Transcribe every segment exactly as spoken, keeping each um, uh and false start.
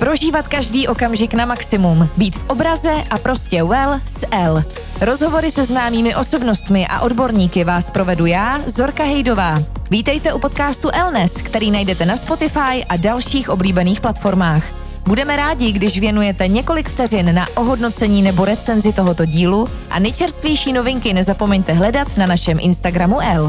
Prožívat každý okamžik na maximum, být v obraze a prostě well s L. Rozhovory se známými osobnostmi a odborníky vás provedu já, Zorka Hejdová. Vítejte u podcastu Elnes, který najdete na Spotify a dalších oblíbených platformách. Budeme rádi, když věnujete několik vteřin na ohodnocení nebo recenzi tohoto dílu a nejčerstvější novinky nezapomeňte hledat na našem Instagramu L.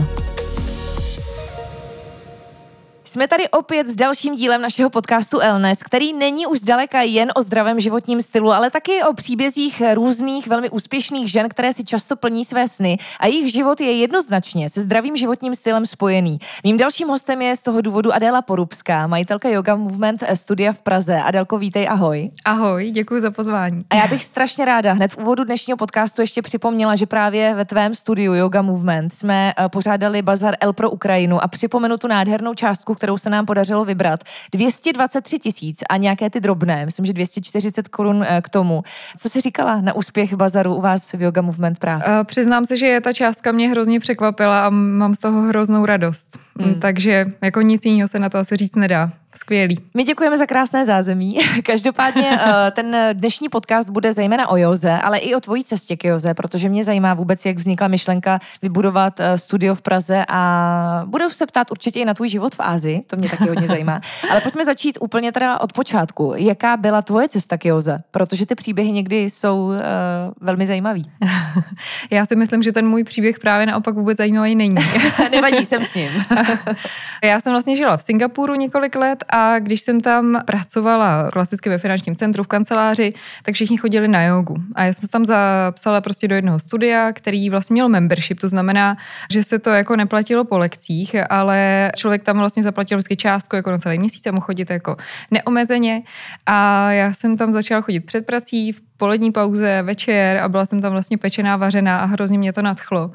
Jsme tady opět s dalším dílem našeho podcastu Elnes, který není už zdaleka jen o zdravém životním stylu, ale taky o příbězích různých velmi úspěšných žen, které si často plní své sny a jejich život je jednoznačně se zdravým životním stylem spojený. Mým dalším hostem je z toho důvodu Adéla Porubská, majitelka Yoga Movement studia v Praze. Adélko, vítej, ahoj. Ahoj, děkuji za pozvání. A já bych strašně ráda hned v úvodu dnešního podcastu ještě připomněla, že právě ve tvém studiu Yoga Movement jsme pořádali bazar L pro Ukrajinu a připomenu tu nádhernou částku, kterou se nám podařilo vybrat. dvě stě dvacet tři tisíc a nějaké ty drobné, myslím, že dvě stě čtyřicet korun k tomu. Co jsi říkala na úspěch bazaru u vás v Yoga Movement Praha? Uh, přiznám se, že ta částka mě hrozně překvapila a mám z toho hroznou radost. Hmm. Takže jako nic jiného se na to asi říct nedá. Skvělý. My děkujeme za krásné zázemí. Každopádně ten dnešní podcast bude zejména o józe, ale i o tvojí cestě k józe, protože mě zajímá vůbec, jak vznikla myšlenka vybudovat studio v Praze a budu se ptát určitě i na tvůj život v Asii, to mě taky hodně zajímá. Ale pojďme začít úplně teda od počátku. Jaká byla tvoje cesta k józe? Protože ty příběhy někdy jsou uh, velmi zajímavý. Já si myslím, že ten můj příběh právě naopak vůbec zajímavý není. Nevadí, jsem s ním. Já jsem vlastně žila v Singapuru několik let a když jsem tam pracovala klasicky ve finančním centru v kanceláři, tak všichni chodili na jogu. A já jsem se tam zapsala prostě do jednoho studia, který vlastně měl membership, to znamená, že se to jako neplatilo po lekcích, ale člověk tam vlastně zaplatil vždycky částku jako na celý měsíc a mohl chodit jako neomezeně. A já jsem tam začala chodit před prací, v polední pauze, večer a byla jsem tam vlastně pečená, vařená a hrozně mě to nadchlo.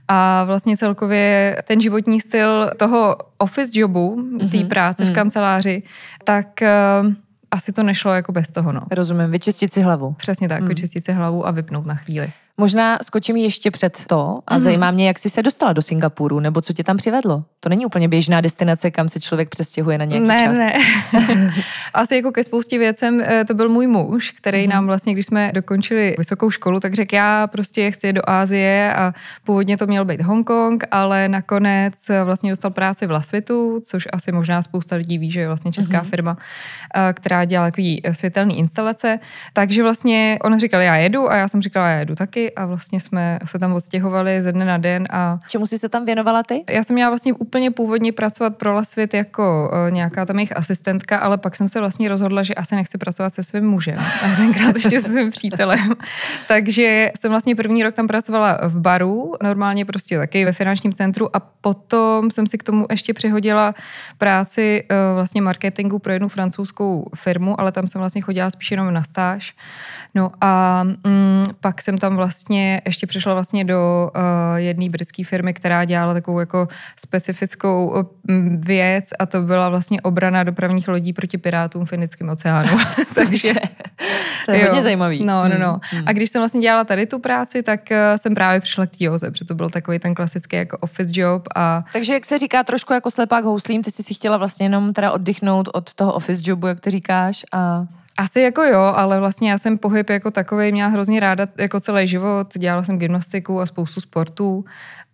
A vlastně celkově ten životní styl toho office jobu, té mm-hmm. práce v kanceláři, tak uh, asi to nešlo jako bez toho, no. Rozumím, vyčistit si hlavu. Přesně tak, mm. vyčistit si hlavu a vypnout na chvíli. Možná skočím ještě před to a mm. zajímá mě, jak jsi se dostala do Singapuru, nebo co tě tam přivedlo. To není úplně běžná destinace, kam se člověk přestěhuje na nějaký ne, čas. Ne, ne. Asi jako ke spoustě věcem to byl můj muž, který mm. nám vlastně, když jsme dokončili vysokou školu, tak řekl, já prostě chci jít do Asie a původně to měl být Hongkong, ale nakonec vlastně dostal práci v Lasvitu, což asi možná spousta lidí ví, že je vlastně česká mm. firma, která dělá takový světelný instalace. Takže vlastně on říkal, já jedu a já jsem říkala, já jedu taky. A vlastně jsme se tam odstěhovali ze dne na den. A čemu jsi se tam věnovala ty? Já jsem měla vlastně úplně původně pracovat pro Lasvit jako uh, nějaká tam jejich asistentka, ale pak jsem se vlastně rozhodla, že asi nechci pracovat se svým mužem. A tenkrát ještě se svým přítelem. Takže jsem vlastně první rok tam pracovala v baru, normálně prostě taky ve finančním centru a potom jsem si k tomu ještě přihodila práci uh, vlastně marketingu pro jednu francouzskou firmu, ale tam jsem vlastně chodila spíš jenom na stáž. No a mm, pak jsem tam vlastně Vlastně ještě přišla vlastně do uh, jedné britské firmy, která dělala takovou jako specifickou uh, věc a to byla vlastně obrana dopravních lodí proti pirátům v Indickém oceánu. Takže to je jo, hodně zajímavý. No, no, no. Hmm. A když jsem vlastně dělala tady tu práci, tak uh, jsem právě přišla k té józe, protože to byl takový ten klasický jako office job. A takže jak se říká trošku jako slepák houslím, ty jsi si chtěla vlastně jenom teda oddychnout od toho office jobu, jak ty říkáš a asi jako jo, ale vlastně já jsem pohyb jako takovej měla hrozně ráda jako celý život, dělala jsem gymnastiku a spoustu sportů.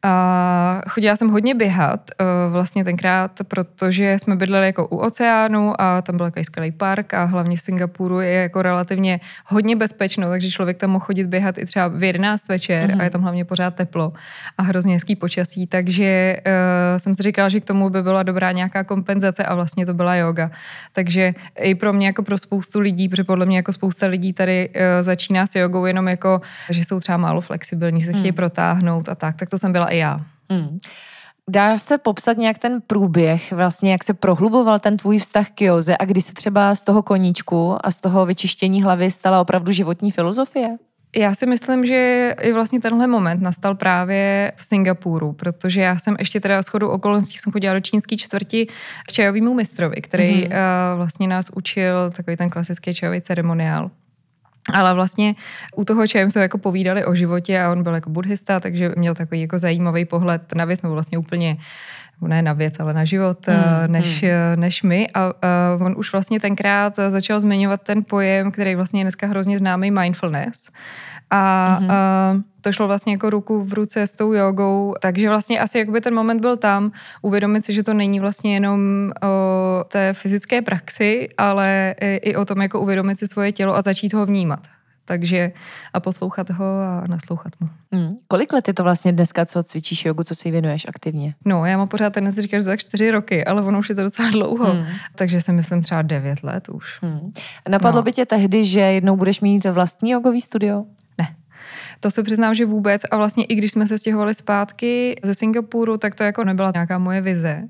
A chodila jsem hodně běhat vlastně tenkrát, protože jsme bydleli jako u oceánu a tam byl takový skvělý park a hlavně v Singapuru je jako relativně hodně bezpečno, takže člověk tam mohl chodit běhat i třeba v jedenáct večer mm-hmm. a je tam hlavně pořád teplo a hrozně hezký počasí, takže uh, jsem si říkala, že k tomu by byla dobrá nějaká kompenzace a vlastně to byla yoga. Takže i pro mě jako pro spoustu lidí, protože podle mě jako spousta lidí tady uh, začíná s jogou jenom jako, že jsou třeba málo flexibilní, že se chtějí mm. protáhnout a tak, tak to jsem byla i já. Hmm. Dá se popsat nějak ten průběh, vlastně jak se prohluboval ten tvůj vztah k józe a kdy se třeba z toho koníčku a z toho vyčištění hlavy stala opravdu životní filozofie? Já si myslím, že i vlastně tenhle moment nastal právě v Singapuru, protože já jsem ještě teda shodou okolností jsem chodila do čínské čtvrti k čajovému mistrovi, který mm-hmm. uh, vlastně nás učil takový ten klasický čajový ceremoniál. Ale vlastně u toho čem jsme jako povídali o životě a on byl jako buddhista, takže měl takový jako zajímavý pohled na věc, nebo vlastně úplně, ne na věc, ale na život, mm, než, mm. než my. A, a on už vlastně tenkrát začal zmiňovat ten pojem, který vlastně je dneska hrozně známý, mindfulness. A, mm-hmm. a to šlo vlastně jako ruku v ruce s tou jogou, takže vlastně asi jakoby ten moment byl tam, uvědomit si, že to není vlastně jenom o té fyzické praxi, ale i, i o tom jako uvědomit si svoje tělo a začít ho vnímat. Takže a poslouchat ho a naslouchat mu. Hmm. Kolik let je to vlastně dneska, co cvičíš jogu, co si věnuješ aktivně? No, já mám pořád ten říkat, že to tak čtyři roky, ale ono už je to docela dlouho. Hmm. Takže si myslím třeba devět let už. Hmm. Napadlo no. by tě tehdy, že jednou budeš mít vlastní jogový studio? Ne. To se přiznám, že vůbec a vlastně i když jsme se stěhovali zpátky ze Singapuru, tak to jako nebyla nějaká moje vize.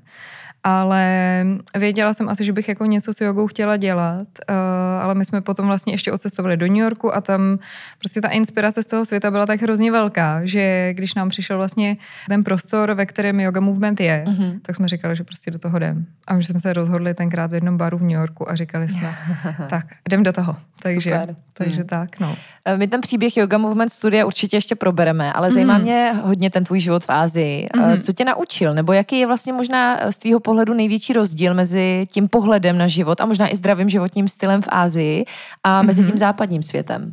Ale věděla jsem asi, že bych jako něco s jogou chtěla dělat, uh, ale my jsme potom vlastně ještě odcestovali do New Yorku a tam prostě ta inspirace z toho světa byla tak hrozně velká, že když nám přišel vlastně ten prostor, ve kterém yoga movement je, mm-hmm. tak jsme říkali, že prostě do toho jdem. A my jsme se rozhodli tenkrát v jednom baru v New Yorku a říkali jsme, tak jdem do toho. Takže, Super. takže mm. tak, no. My ten příběh Yoga Movement Studia určitě ještě probereme, ale zajímá mm. mě hodně ten tvůj život v Asii. Mm. Co tě naučil? Nebo jaký je vlastně možná z tvýho pohledu největší rozdíl mezi tím pohledem na život a možná i zdravým životním stylem v Asii a mezi tím západním světem?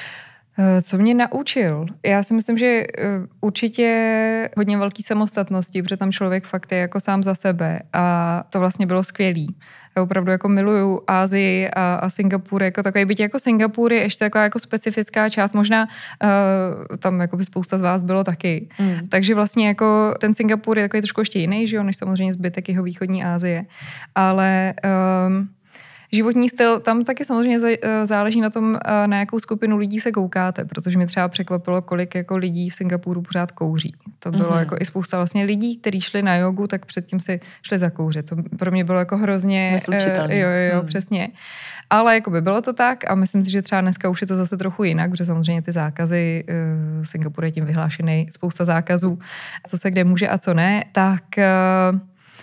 Co mě naučil? Já si myslím, že určitě hodně velký samostatnosti, protože tam člověk fakt je jako sám za sebe a to vlastně bylo skvělý. Já opravdu jako miluju Asii a, a Singapur, jako takový byť jako Singapur je ještě taková jako specifická část, možná uh, tam jako by spousta z vás bylo taky. Mm. Takže vlastně jako ten Singapur je takový trošku ještě jiný, že jo, než samozřejmě zbytek jeho východní Asie. Ale um, životní styl, tam taky samozřejmě záleží na tom, na jakou skupinu lidí se koukáte, protože mě třeba překvapilo, kolik jako lidí v Singapuru pořád kouří. To bylo mm-hmm. jako i spousta vlastně lidí, kteří šli na jogu, tak předtím si šli zakouřit. To pro mě bylo jako hrozně... Neslučitelné. Jo, jo, jo, mm. přesně. Ale jako by bylo to tak a myslím si, že třeba dneska už je to zase trochu jinak, protože samozřejmě ty zákazy, uh, Singapur je tím vyhlášený, spousta zákazů, co se kde může a co ne, tak... Uh,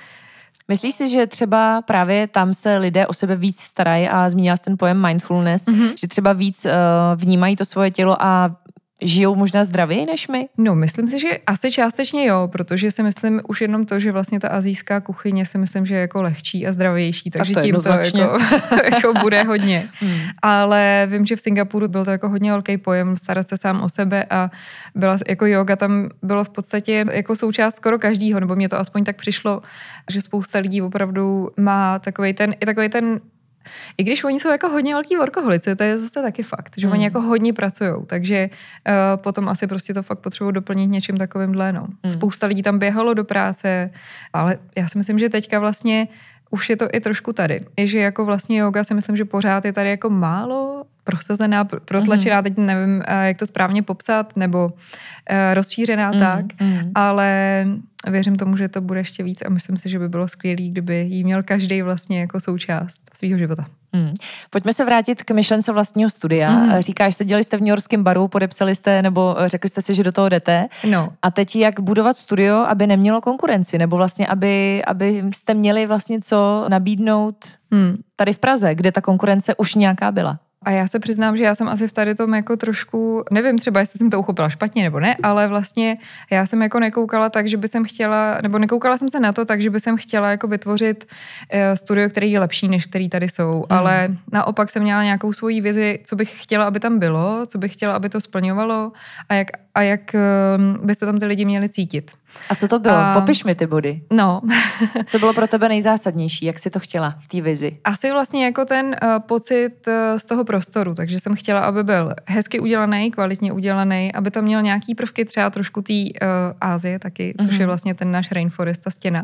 Myslíš si, že třeba právě tam se lidé o sebe víc starají a zmínila jsi ten pojem mindfulness, mm-hmm. že třeba víc uh, vnímají to svoje tělo a žijou možná zdravěji než my? No, myslím si, že asi částečně jo, protože si myslím už jenom to, že vlastně ta asijská kuchyně si myslím, že je jako lehčí a zdravější, takže tak to tím to jako, jako bude hodně. Hmm. Ale vím, že v Singapuru byl to jako hodně velký pojem, starat se sám o sebe a byla jako yoga tam bylo v podstatě jako součást skoro každýho, nebo mně to aspoň tak přišlo, že spousta lidí opravdu má takovej ten, i takovej ten I když oni jsou jako hodně velký workoholici, to je zase taky fakt, že mm. oni jako hodně pracujou, takže uh, potom asi prostě to fakt potřebují doplnit něčím takovým no. Mm. Spousta lidí tam běhalo do práce, ale já si myslím, že teďka vlastně už je to i trošku tady. Je, že jako vlastně yoga si myslím, že pořád je tady jako málo prosazená, protlačená, mm. teď nevím, jak to správně popsat, nebo uh, rozšířená mm. tak, mm. ale věřím tomu, že to bude ještě víc a myslím si, že by bylo skvělý, kdyby jí měl každý vlastně jako součást svého života. Hmm. Pojďme se vrátit k myšlence vlastního studia. Hmm. Říkáš, seděli jste v newyorském baru, podepsali jste nebo řekli jste si, že do toho jdete. No. A teď jak budovat studio, aby nemělo konkurenci, nebo vlastně, aby, aby jste měli vlastně co nabídnout hmm. tady v Praze, kde ta konkurence už nějaká byla. A já se přiznám, že já jsem asi v tady tom jako trošku, nevím třeba, jestli jsem to uchopila špatně nebo ne, ale vlastně já jsem jako nekoukala tak, že by jsem chtěla, nebo nekoukala jsem se na to tak, že by jsem chtěla jako vytvořit uh, studio, který je lepší, než který tady jsou, mm. ale naopak jsem měla nějakou svoji vizi, co bych chtěla, aby tam bylo, co bych chtěla, aby to splňovalo a jak, a jak uh, byste tam ty lidi měli cítit. A co to bylo? A... Popiš mi ty body. No. Co bylo pro tebe nejzásadnější? Jak jsi to chtěla v té vizi? Asi vlastně jako ten uh, pocit uh, z toho prostoru, takže jsem chtěla, aby byl hezky udělaný, kvalitně udělaný, aby tam měl nějaký prvky třeba trošku té uh, Asie taky, což mm-hmm. je vlastně ten náš rainforest, ta stěna.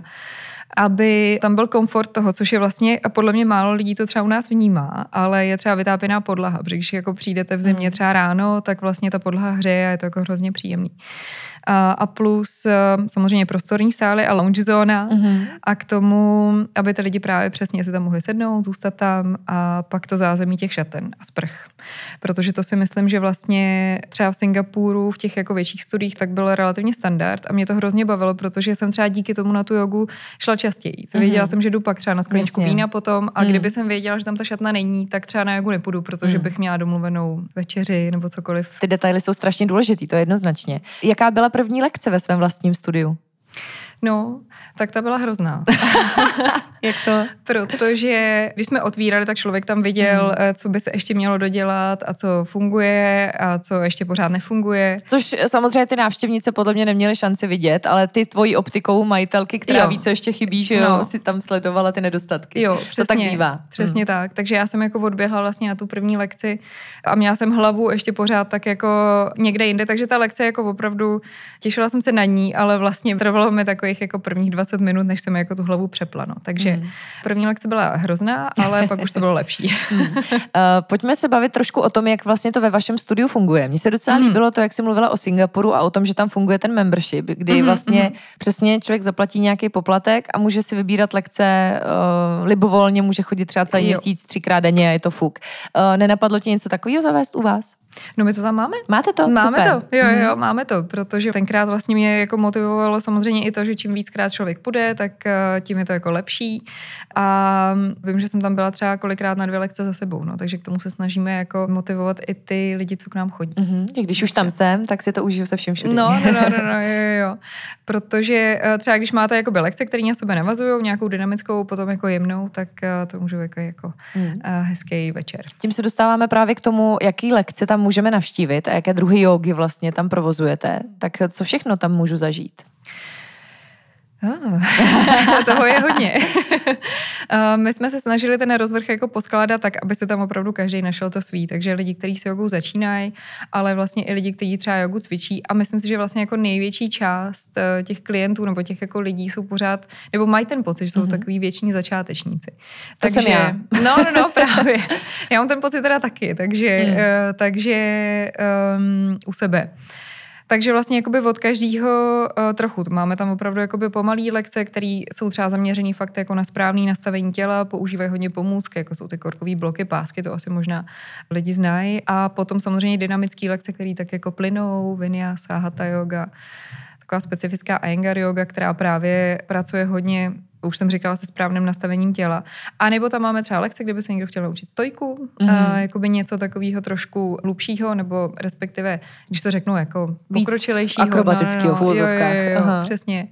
Aby tam byl komfort toho, což je vlastně, a podle mě málo lidí to třeba u nás vnímá, ale je třeba vytápěná podlaha, protože když jako přijdete v zimě třeba ráno, tak vlastně ta podlaha hřeje a je to jako hrozně příjemný. A, a plus samozřejmě prostorní sály a lounge zóna mm-hmm. a k tomu, aby ty lidi právě přesně si tam mohli sednout, zůstat tam a pak to zázemí těch šaten a sprch. Protože to si myslím, že vlastně třeba v Singapuru v těch jako větších studiích tak byl relativně standard a mě to hrozně bavilo, protože jsem třeba díky tomu na tu jogu šla častěji. Co věděla mm-hmm. jsem, že jdu pak třeba na skleničku vína potom a mm. kdyby jsem věděla, že tam ta šatna není, tak třeba na jogu nepůjdu, protože mm. bych měla domluvenou večeři nebo cokoliv. Ty detaily jsou strašně důležitý, to je jednoznačně. Jaká byla první lekce ve svém vlastním studiu? No, tak ta byla hrozná. Jak to? Protože když jsme otvírali, tak člověk tam viděl, hmm. co by se ještě mělo dodělat a co funguje a co ještě pořád nefunguje. Což samozřejmě ty návštěvnice podle mě neměly šanci vidět, ale ty tvojí optikou majitelky, která jo. ví, co ještě chybí, že jo, no. si tam sledovala ty nedostatky. Jo, přesně. To tak bývá. Přesně hmm. tak. Takže já jsem jako odběhla vlastně na tu první lekci a měla jsem hlavu ještě pořád tak jako někde jinde, takže ta lekce jako opravdu, těšila jsem se na ní, ale vlastně trvalo mi takových jako prvních dvacet minut, než jsem jako tu hlavu přepla, no. Takže mm. první lekce byla hrozná, ale pak už to bylo lepší. mm. uh, pojďme se bavit trošku o tom, jak vlastně to ve vašem studiu funguje. Mně se docela mm. líbilo to, jak jsi mluvila o Singapuru a o tom, že tam funguje ten membership, kdy mm. vlastně mm. přesně člověk zaplatí nějaký poplatek a může si vybírat lekce uh, libovolně, může chodit třeba celý jo. měsíc, třikrát denně a je to fuk. Uh, nenapadlo ti něco takového zavést u vás? No my to tam máme. Máte to? Máme Super. to, jo, jo, máme to, protože tenkrát vlastně mě jako motivovalo samozřejmě i to, že čím víckrát člověk půjde, tak tím je to jako lepší a vím, že jsem tam byla třeba kolikrát na dvě lekce za sebou, no, takže k tomu se snažíme jako motivovat i ty lidi, co k nám chodí. Mm-hmm. Když už tam jsem, tak si to užiju se vším všude. No, no, no, no, no jo, jo, protože třeba když máte jakoby lekce, které na sebe navazují, nějakou dynamickou, potom jako jemnou, tak to může být jako, jako mm. hezký večer. Tím se dostáváme právě k tomu, jaký lekce tam můžeme navštívit a jaké druhy jógy vlastně tam provozujete, tak co všechno tam můžu zažít? Oh, toho je hodně. My jsme se snažili ten rozvrh jako poskládat tak, aby se tam opravdu každý našel to svý. Takže lidi, kteří s jogou začínají, ale vlastně i lidi, kteří třeba jogu cvičí. A myslím si, že vlastně jako největší část těch klientů nebo těch jako lidí jsou pořád, nebo mají ten pocit, že jsou mm-hmm. takový věční začátečníci. To takže, jsem já. No, no, no, právě. Já mám ten pocit teda taky, takže, mm. uh, takže um, u sebe. Takže vlastně jakoby od každého uh, trochu. Máme tam opravdu jakoby pomalý lekce, které jsou třeba zaměřený fakt jako na správné nastavení těla, používají hodně pomůcky, jako jsou ty korkový bloky, pásky, to asi možná lidi znají. A potom samozřejmě dynamické lekce, které tak jako plynou, vinyasa, hatha yoga, taková specifická Iyengar yoga, která právě pracuje hodně, už jsem říkala, se správným nastavením těla. A nebo tam máme třeba lekce, kdyby se někdo chtěl naučit stojku, mm-hmm. a jakoby něco takového trošku hlubšího, nebo respektive, když to řeknu, jako pokročilejšího. Akrobatického no, no, v uvozovkách. Jo, jo, jo, přesně.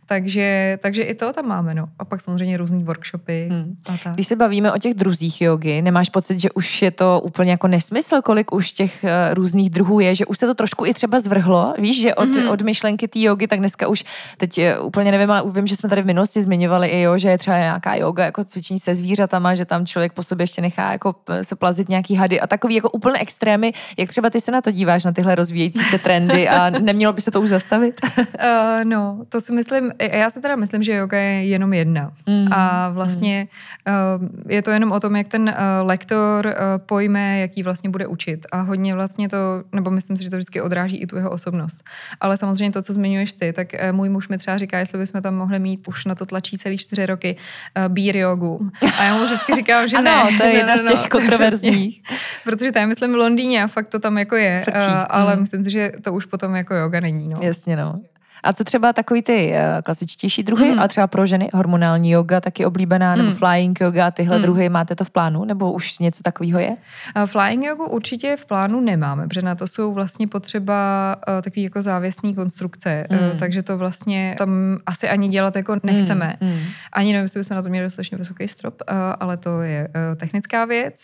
Takže, takže i to tam máme, no. A pak samozřejmě různý workshopy. Hmm. A tak. Když se bavíme o těch druzích jogy, nemáš pocit, že už je to úplně jako nesmysl, kolik už těch uh, různých druhů je, že už se to trošku i třeba zvrhlo? Víš, že od, hmm. od myšlenky té jogy, tak dneska už, teď uh, úplně nevím, ale vím, že jsme tady v minulosti zmiňovali i jo, že je třeba nějaká joga, jako cvičení se zvířatama, že tam člověk po sobě ještě nechá jako se plazit nějaký hady a takový jako úplně extrémy. Jak třeba ty se na to díváš, na tyhle rozvíjející se trendy a nemělo by se to už zastavit? uh, no, to si myslím, já si teda myslím, že yoga je jenom jedna. Mm. A vlastně mm. uh, je to jenom o tom, jak ten uh, lektor uh, pojme, jaký vlastně bude učit. A hodně vlastně to, nebo myslím si, že to vždycky odráží i tu jeho osobnost. Ale samozřejmě to, co zmiňuješ ty, tak uh, můj muž mi třeba říká, jestli bychom tam mohli mít, už na to tlačí celý čtyři roky, uh, beer jogu. A já mu vždycky říkám, že ano, ne. Ano, to je jedna no, no, z těch kontroverzních. Protože tam myslím v Londýně a fakt to tam jako je. Uh, ale mm. myslím si, že to už potom jako yoga není. No. Jasně, no. A co třeba takový ty uh, klasičtější druhy, mm. ale třeba pro ženy hormonální yoga taky oblíbená, mm. nebo flying yoga, tyhle mm. druhy, máte to v plánu, nebo už něco takového je? Uh, flying yogu určitě v plánu nemáme, protože na to jsou vlastně potřeba uh, takový jako závěsný konstrukce, mm. uh, takže to vlastně tam asi ani dělat jako nechceme. Mm. Mm. Ani nevím, jestli bychom na to měli dostatečně vysoký strop, uh, ale to je uh, technická věc.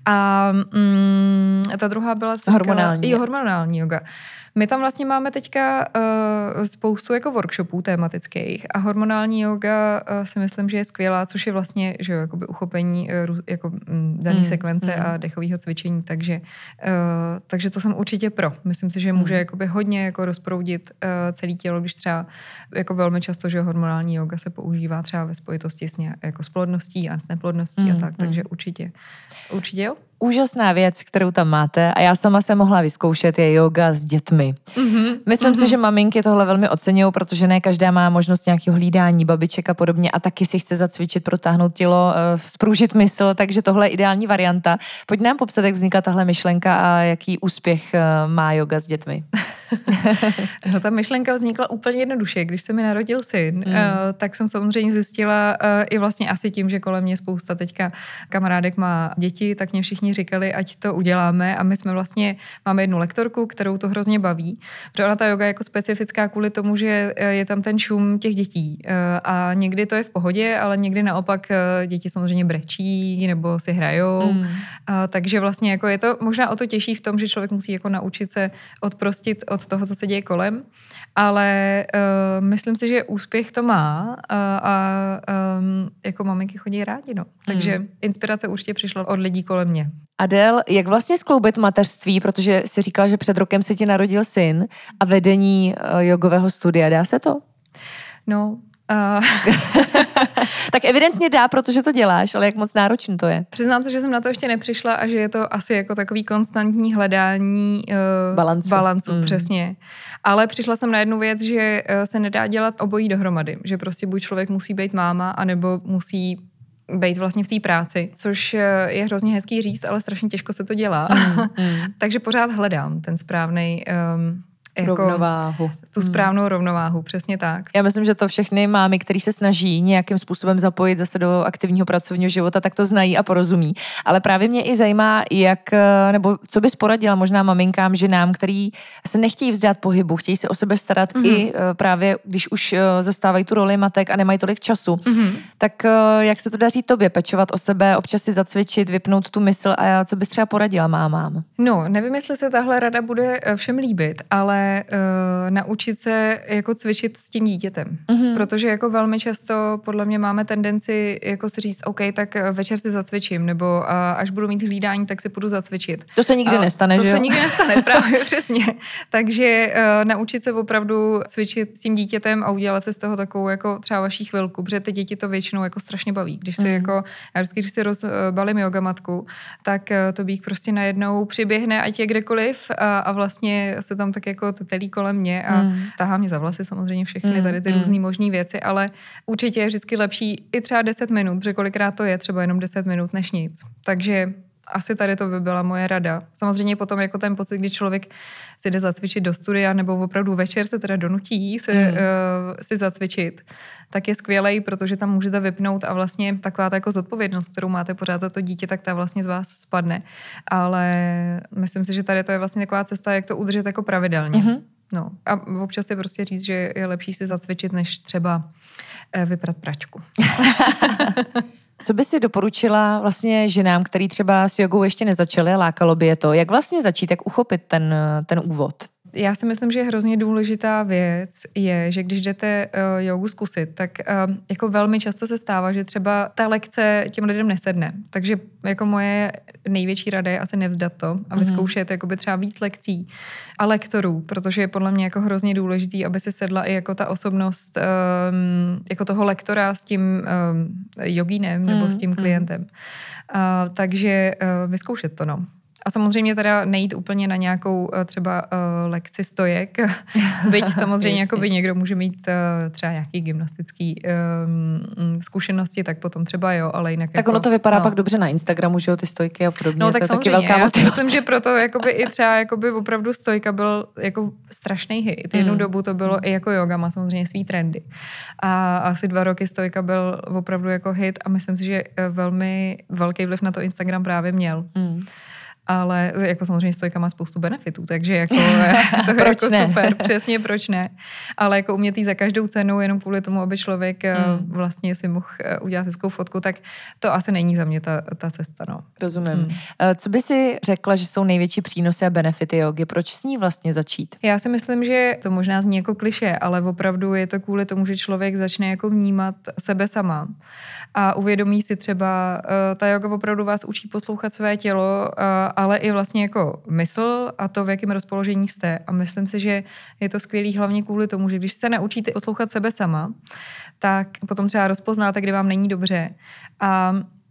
A um, ta druhá byla... Hormonální. Jo, hormonální yoga. My tam vlastně máme teďka uh, spoustu jako workshopů tematických a hormonální yoga uh, si myslím, že je skvělá, což je vlastně, že jo, jakoby uchopení uh, jako um, daný mm, sekvence mm. a dechového cvičení, takže, uh, takže to jsem určitě pro. Myslím si, že může mm. jakoby hodně jako rozproudit uh, celé tělo, když třeba jako velmi často, že hormonální yoga se používá třeba ve spojitosti s, nějak, jako s plodností a s neplodností mm, a tak, mm. takže určitě. Určitě jo. úžasná věc, kterou tam máte a já sama jsem mohla vyzkoušet, je yoga s dětmi. Mm-hmm. Myslím mm-hmm. si, že maminky tohle velmi oceňují, protože ne každá má možnost nějakého hlídání, babiček a podobně a taky si chce zacvičit, protáhnout tělo, spružit mysl, takže tohle je ideální varianta. Pojď nám popsat, jak vznikla tahle myšlenka a jaký úspěch má yoga s dětmi. No ta myšlenka vznikla úplně jednoduše. Když se mi narodil syn, mm. uh, tak jsem samozřejmě zjistila uh, i vlastně asi tím, že kolem mě spousta teďka kamarádek má děti, tak mě všichni říkali, ať to uděláme a my jsme vlastně, máme jednu lektorku, kterou to hrozně baví, protože ona ta yoga je jako specifická kvůli tomu, že je tam ten šum těch dětí uh, a někdy to je v pohodě, ale někdy naopak uh, děti samozřejmě brečí nebo si hrajou, mm. uh, takže vlastně jako je to možná o to těžší v tom, že člověk musí jako naučit se odprostit od toho, co se děje kolem, ale uh, myslím si, že úspěch to má uh, a um, jako maminky chodí rádi, no. Takže hmm. inspirace určitě přišla od lidí kolem mě. Adél, jak vlastně skloubit mateřství, protože jsi říkala, že před rokem se ti narodil syn a vedení uh, jogového studia, dá se to? No, Uh... tak evidentně dá, protože to děláš, ale jak moc náročný to je? Přiznám se, že jsem na to ještě nepřišla a že je to asi jako takový konstantní hledání uh, balancu, balancu mm. přesně. Ale přišla jsem na jednu věc, že uh, se nedá dělat obojí dohromady. Že prostě buď člověk musí být máma, anebo musí být vlastně v té práci, což je hrozně hezký říct, ale strašně těžko se to dělá. Mm. Mm. Takže pořád hledám ten správnej um, jako rovnováhu. Tu správnou hmm. rovnováhu, přesně tak. Já myslím, že to všechny mámy, který se snaží nějakým způsobem zapojit zase do aktivního pracovního života, tak to znají a porozumí. Ale právě mě i zajímá, jak, nebo co bys poradila možná maminkám, ženám, který se nechtějí vzdát pohybu, chtějí se o sebe starat mm-hmm. i právě, když už zastávají tu roli matek a nemají tolik času. Mm-hmm. Tak jak se to daří tobě, pečovat o sebe, občas si zacvičit, vypnout tu mysl a co bys třeba poradila mámám? No, nevím, jestli se tahle rada bude všem líbit, ale Uh, naučit se jako cvičit s tím dítětem. Mm-hmm. Protože jako velmi často podle mě máme tendenci jako si říct, OK, tak večer si zacvičím, nebo uh, až budu mít hlídání, tak si půjdu zacvičit. To se nikdy A nestane, to že jo? To se nikdy nestane, právě přesně. Takže uh, naučit se opravdu cvičit s tím dítětem a udělat se z toho takovou jako třeba vaší chvilku, protože ty děti to většinou jako strašně baví. Když si mm. jako, já vždycky, když si rozbalím jogamatku, tak uh, to bych prostě najednou přiběhne, ať je kdekoliv a, a vlastně se tam tak jako telí kolem mě a mm. tahá mě za vlasy samozřejmě všechny tady ty mm. různý možný věci, ale určitě je vždycky lepší i třeba deset minut, protože kolikrát to je třeba jenom deset minut než nic. Takže asi tady to by byla moje rada. Samozřejmě potom jako ten pocit, kdy člověk si jde zacvičit do studia nebo opravdu večer se teda donutí se, mm. uh, si zacvičit, tak je skvělej, protože tam můžete vypnout a vlastně taková ta jako zodpovědnost, kterou máte pořád za to dítě, tak ta vlastně z vás spadne. Ale myslím si, že tady to je vlastně taková cesta, jak to udržet jako pravidelně. Mm-hmm. No a občas si prostě říct, že je lepší si zacvičit, než třeba uh, vyprat pračku. Co by si doporučila vlastně ženám, který třeba s jogou ještě nezačaly, lákalo by je to? Jak vlastně začít, jak uchopit ten, ten úvod? Já si myslím, že hrozně důležitá věc je, že když jdete uh, jogu zkusit, tak uh, jako velmi často se stává, že třeba ta lekce těm lidem nesedne. Takže jako moje největší rada je asi nevzdat to a vyzkoušet mm. jakoby třeba víc lekcí a lektorů, protože je podle mě jako hrozně důležitý, aby se sedla i jako ta osobnost um, jako toho lektora s tím um, jogínem nebo mm. s tím klientem. Uh, takže uh, vyzkoušet to, no. A samozřejmě teda nejít úplně na nějakou třeba uh, lekci stojek, byť samozřejmě jako by někdo může mít uh, třeba nějaký gymnastický um, zkušenosti, tak potom třeba jo, ale jinak tak jako, ono to vypadá no. pak dobře na Instagramu, že jo, ty stojky a podobně. No tak to je samozřejmě, taky velká já si myslím, že proto jakoby i třeba jakoby opravdu stojka byl jako strašný hit. Jednu mm. dobu to bylo mm. i jako yoga, má samozřejmě svý trendy. A asi dva roky stojka byl opravdu jako hit a myslím si, že velmi velký vliv na to Instagram právě měl. Mm. Ale jako samozřejmě stojka má spoustu benefitů, takže jako to je jako ne? super, přesně proč ne. Ale jako umět jí za každou cenu, jenom kvůli tomu, aby člověk mm. vlastně si mohl udělat hezkou fotku, tak to asi není za mě ta, ta cesta. No. Rozumím. Mm. Co by si řekla, že jsou největší přínosy a benefity jogy? Proč s ní vlastně začít? Já si myslím, že to možná zní jako klišé, ale opravdu je to kvůli tomu, že člověk začne jako vnímat sebe sama a uvědomí si třeba, ta joga opravdu vás učí poslouchat své tělo, ale i vlastně jako mysl a to, v jakém rozpoložení jste. A myslím si, že je to skvělý hlavně kvůli tomu, že když se naučíte poslouchat sebe sama, tak potom třeba rozpoznáte, kdy vám není dobře. A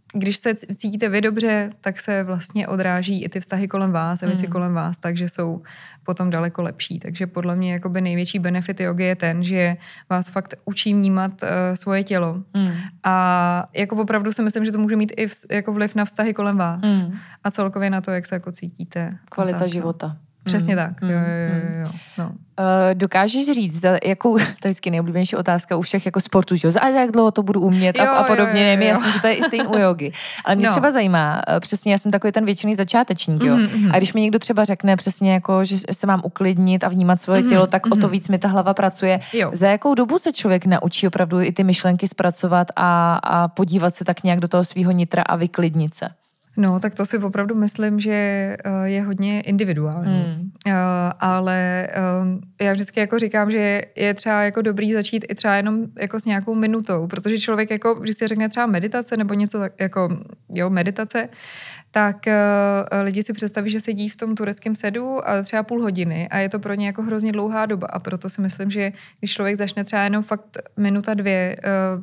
když se cítíte vy dobře, tak se vlastně odráží i ty vztahy kolem vás a věci mm. kolem vás, takže jsou potom daleko lepší. Takže podle mě jakoby největší benefit jogy je ten, že vás fakt učí vnímat uh, svoje tělo. Mm. A jako opravdu si myslím, že to může mít i v, jako vliv na vztahy kolem vás. Mm. A celkově na to, jak se jako cítíte. Kvalita tak, života. No. Přesně mm. tak. Mm. Jo, jo, jo, jo. No. Uh, dokážeš říct, jakou, to je vždycky nejoblíbenější otázka u všech jako sportů, že jo, a jak dlouho to budu umět a, jo, a podobně, je mi jasný, že to je i stejný u jogy. Ale mě no. třeba zajímá, přesně já jsem takový ten většiný začátečník, jo. Mm-hmm. A když mi někdo třeba řekne přesně jako, že se mám uklidnit a vnímat svoje mm-hmm. tělo, tak mm-hmm. o to víc mi ta hlava pracuje. Jo. Za jakou dobu se člověk naučí opravdu i ty myšlenky zpracovat a, a podívat se tak nějak do toho svýho nitra a vyklidnit se? No, tak to si opravdu myslím, že je hodně individuální. Hmm. Ale já vždycky jako říkám, že je třeba jako dobrý začít i třeba jenom jako s nějakou minutou, protože člověk jako, když si řekne třeba meditace nebo něco tak jako, jo, meditace, tak lidi si představí, že sedí v tom tureckém sedu a třeba půl hodiny a je to pro ně jako hrozně dlouhá doba a proto si myslím, že když člověk začne třeba jenom fakt minuta, dvě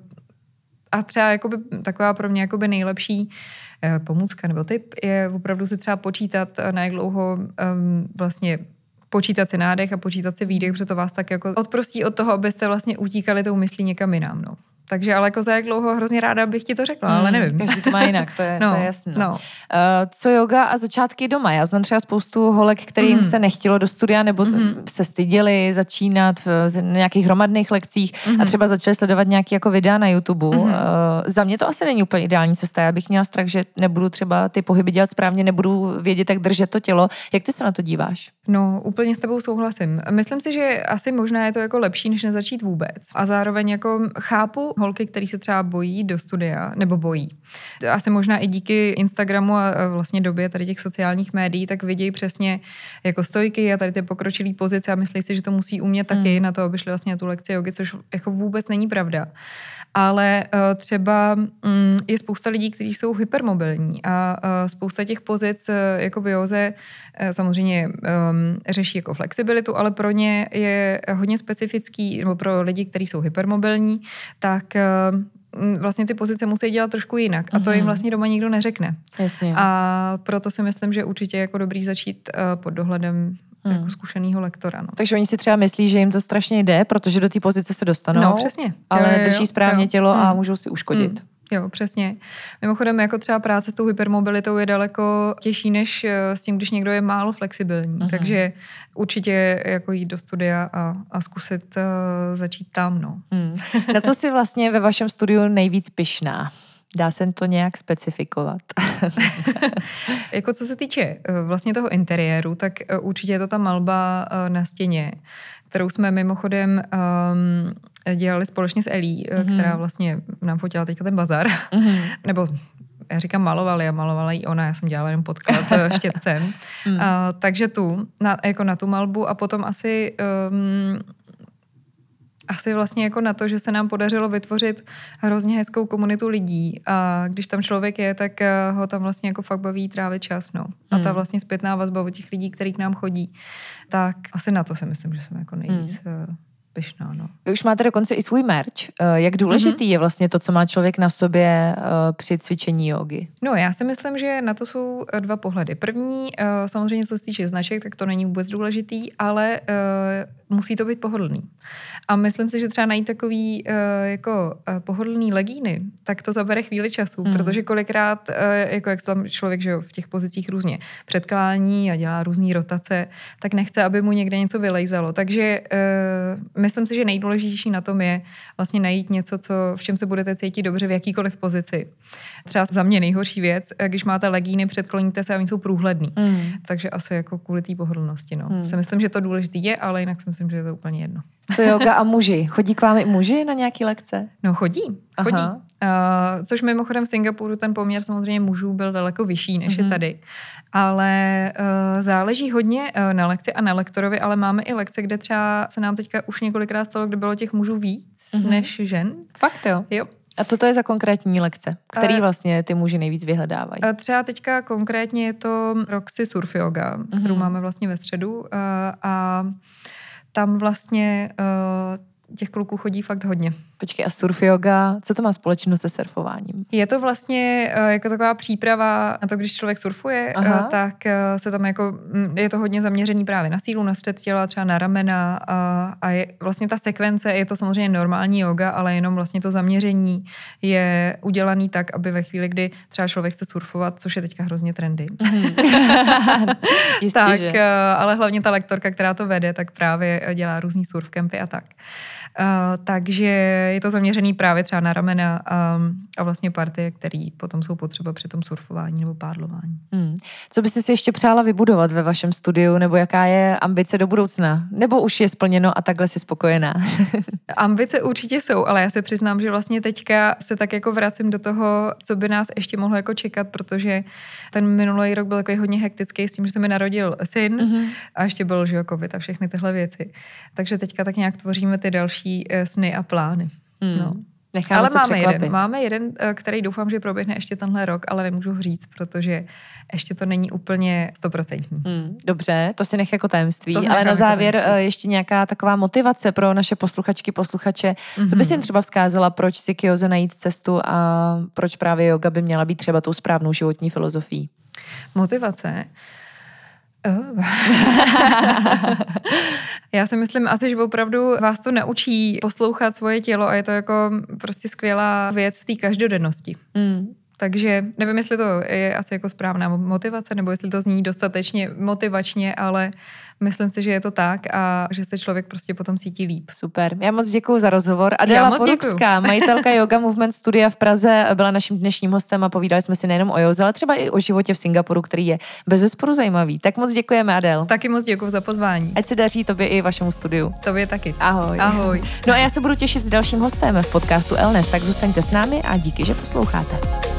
a třeba jakoby, taková pro mě jakoby nejlepší pomůcka nebo tip je opravdu si třeba počítat, na jak dlouho um, vlastně počítat si nádech a počítat si výdech, protože to vás tak jako odprostí od toho, abyste vlastně utíkali tou myslí někam jinam, no. Takže ale jako za jak dlouho hrozně ráda bych ti to řekla, mm, ale nevím. Každý to má jinak, to je, no, to je jasné. No. Uh, co yoga a začátky doma? Já znám třeba spoustu holek, kterým mm. se nechtělo do studia nebo mm. se styděli začínat v nějakých hromadných lekcích mm. a třeba začali sledovat nějaký jako videa na YouTube. Mm. Uh, za mě to asi není úplně ideální cesta. Já bych měla strach, že nebudu třeba ty pohyby dělat správně, nebudu vědět, jak držet to tělo. Jak ty se na to díváš? No, úplně s tebou souhlasím. Myslím si, že asi možná je to jako lepší, než nezačít vůbec. A zároveň jako chápu holky, který se třeba bojí do studia, nebo bojí. Asi možná i díky Instagramu a vlastně době tady těch sociálních médií, tak vidějí přesně jako stojky a tady ty pokročilý pozice a myslí si, že to musí umět taky mm. na to, aby šli vlastně na tu lekci jogy, což jako vůbec není pravda. Ale uh, třeba um, je spousta lidí, kteří jsou hypermobilní a uh, spousta těch pozic uh, jako v józe uh, samozřejmě um, řeší jako flexibilitu, ale pro ně je hodně specifický, nebo pro lidi, kteří jsou hypermobilní, tak uh, vlastně ty pozice musí dělat trošku jinak a to jim vlastně doma nikdo neřekne. Jasně. A proto si myslím, že určitě je jako dobrý začít uh, pod dohledem Hmm. jako zkušenýho lektora. No. Takže oni si třeba myslí, že jim to strašně jde, protože do té pozice se dostanou, no, přesně. ale jo, jo, nedrží správně jo. tělo hmm. a můžou si uškodit. Hmm. Jo, přesně. Mimochodem, jako třeba práce s tou hypermobilitou je daleko těžší, než s tím, když někdo je málo flexibilní. Uh-huh. Takže určitě jako jít do studia a, a zkusit uh, začít tam, no. Hmm. Na co jsi vlastně ve vašem studiu nejvíc pyšná? Dá se to nějak specifikovat? Jako co se týče vlastně toho interiéru, tak určitě je to ta malba na stěně, kterou jsme mimochodem um, dělali společně s Elí, mm-hmm. která vlastně nám fotila teďka ten bazar. Mm-hmm. Nebo já říkám malovali a malovala jí ona, já jsem dělala jenom podklad štětcem. mm. uh, takže tu, na, jako na tu malbu a potom asi... Um, Asi vlastně jako na to, že se nám podařilo vytvořit hrozně hezkou komunitu lidí a když tam člověk je, tak ho tam vlastně jako fakt baví trávit čas, no. A ta vlastně zpětná vazba od těch lidí, kteří k nám chodí, tak asi na to si myslím, že jsem jako nejvíc mm. pyšná, no. Vy už máte dokonce i svůj merch. Jak důležitý mm-hmm. je vlastně to, co má člověk na sobě při cvičení jógy? No, já si myslím, že na to jsou dva pohledy. První, samozřejmě co se týče značek, tak to není vůbec důležitý, ale musí to být pohodlný. A myslím si, že třeba najít takový uh, jako uh, pohodlný legíny, tak to zabere chvíli času, mm. protože kolikrát, uh, jako jak se tam člověk, že jo, v těch pozicích různě předklání a dělá různý rotace, tak nechce, aby mu někde něco vylejzalo. Takže uh, myslím si, že nejdůležitější na tom je vlastně najít něco, co, v čem se budete cítit dobře v jakýkoliv pozici. Třeba za mě nejhorší věc, když máte legíny, předkloníte se a oni jsou průhledný. Mm. Takže asi jako kvůli té pohodlnosti, no. Mm. Si myslím, že to důležitý je, ale jinak si myslím, že je to úplně jedno. Co yoga a muži? Chodí k vám i muži na nějaký lekce? No chodí, chodí. Uh, což mimochodem v Singapuru ten poměr samozřejmě mužů byl daleko vyšší, než mm-hmm. je tady. Ale uh, záleží hodně uh, na lekci a na lektorovi, ale máme i lekce, kde třeba se nám teďka už několikrát stalo, kde bylo těch mužů víc mm-hmm. než žen. Fakt jo? Jo. A co to je za konkrétní lekce? Který vlastně ty muži nejvíc vyhledávají? Třeba teďka konkrétně je to Roxy Surf Yoga, mm-hmm. kterou máme vlastně ve středu. Uh, a tam vlastně uh, těch kluků chodí fakt hodně. Počkej, a surf yoga, co to má společného se surfováním? Je to vlastně jako taková příprava na to, když člověk surfuje, Aha. tak se tam jako, je to hodně zaměřený právě na sílu, na střed těla, třeba na ramena a, a je, vlastně ta sekvence, je to samozřejmě normální yoga, ale jenom vlastně to zaměření je udělaný tak, aby ve chvíli, kdy třeba člověk chce surfovat, což je teďka hrozně trendy. Jistě, tak, že. ale hlavně ta lektorka, která to vede, tak právě dělá různý surfcampy a tak. Uh, takže je to zaměřený právě třeba na ramena um, a vlastně partie, které potom jsou potřeba při tom surfování nebo pádlování. Hmm. Co byste si ještě přála vybudovat ve vašem studiu, nebo jaká je ambice do budoucna? Nebo už je splněno a takhle si spokojená? Ambice určitě jsou, ale já se přiznám, že vlastně teďka se tak jako vracím do toho, co by nás ještě mohlo jako čekat, protože ten minulý rok byl takový hodně hektický s tím, že se mi narodil syn mm-hmm. a ještě byl, že jo, covid a všechny tyhle věci. Takže teďka tak nějak tvoříme ty další sny a plány. Hmm. No. Necháme ale se máme překvapit. jeden, máme jeden, který doufám, že proběhne ještě tenhle rok, ale nemůžu ho říct, protože ještě to není úplně stoprocentní. Hmm, dobře, to si nech jako tajemství, ale na jako závěr tajemství. Ještě nějaká taková motivace pro naše posluchačky, posluchače. Mm-hmm. Co bys jim třeba vzkázala, proč si k józe najít cestu a proč právě yoga by měla být třeba tou správnou životní filozofií? Motivace? Oh. Já si myslím asi, že opravdu vás to naučí poslouchat svoje tělo a je to jako prostě skvělá věc v té každodennosti. Mm. Takže nevím, jestli to je asi jako správná motivace, nebo jestli to zní dostatečně motivačně, ale myslím si, že je to tak a že se člověk prostě potom cítí líp. Super, já moc děkuju za rozhovor. Adéla Porubská, majitelka Yoga Movement Studia v Praze, byla naším dnešním hostem a povídali jsme si nejenom o józe, ale třeba i o životě v Singapuru, který je bezesporu zajímavý. Tak moc děkujeme, Adél. Taky moc děkuju za pozvání. Ať se daří tobě i vašemu studiu. Tobě taky. Ahoj. Ahoj. No a já se budu těšit s dalším hostem v podcastu Elnes, tak zůstaňte s námi a díky, že posloucháte.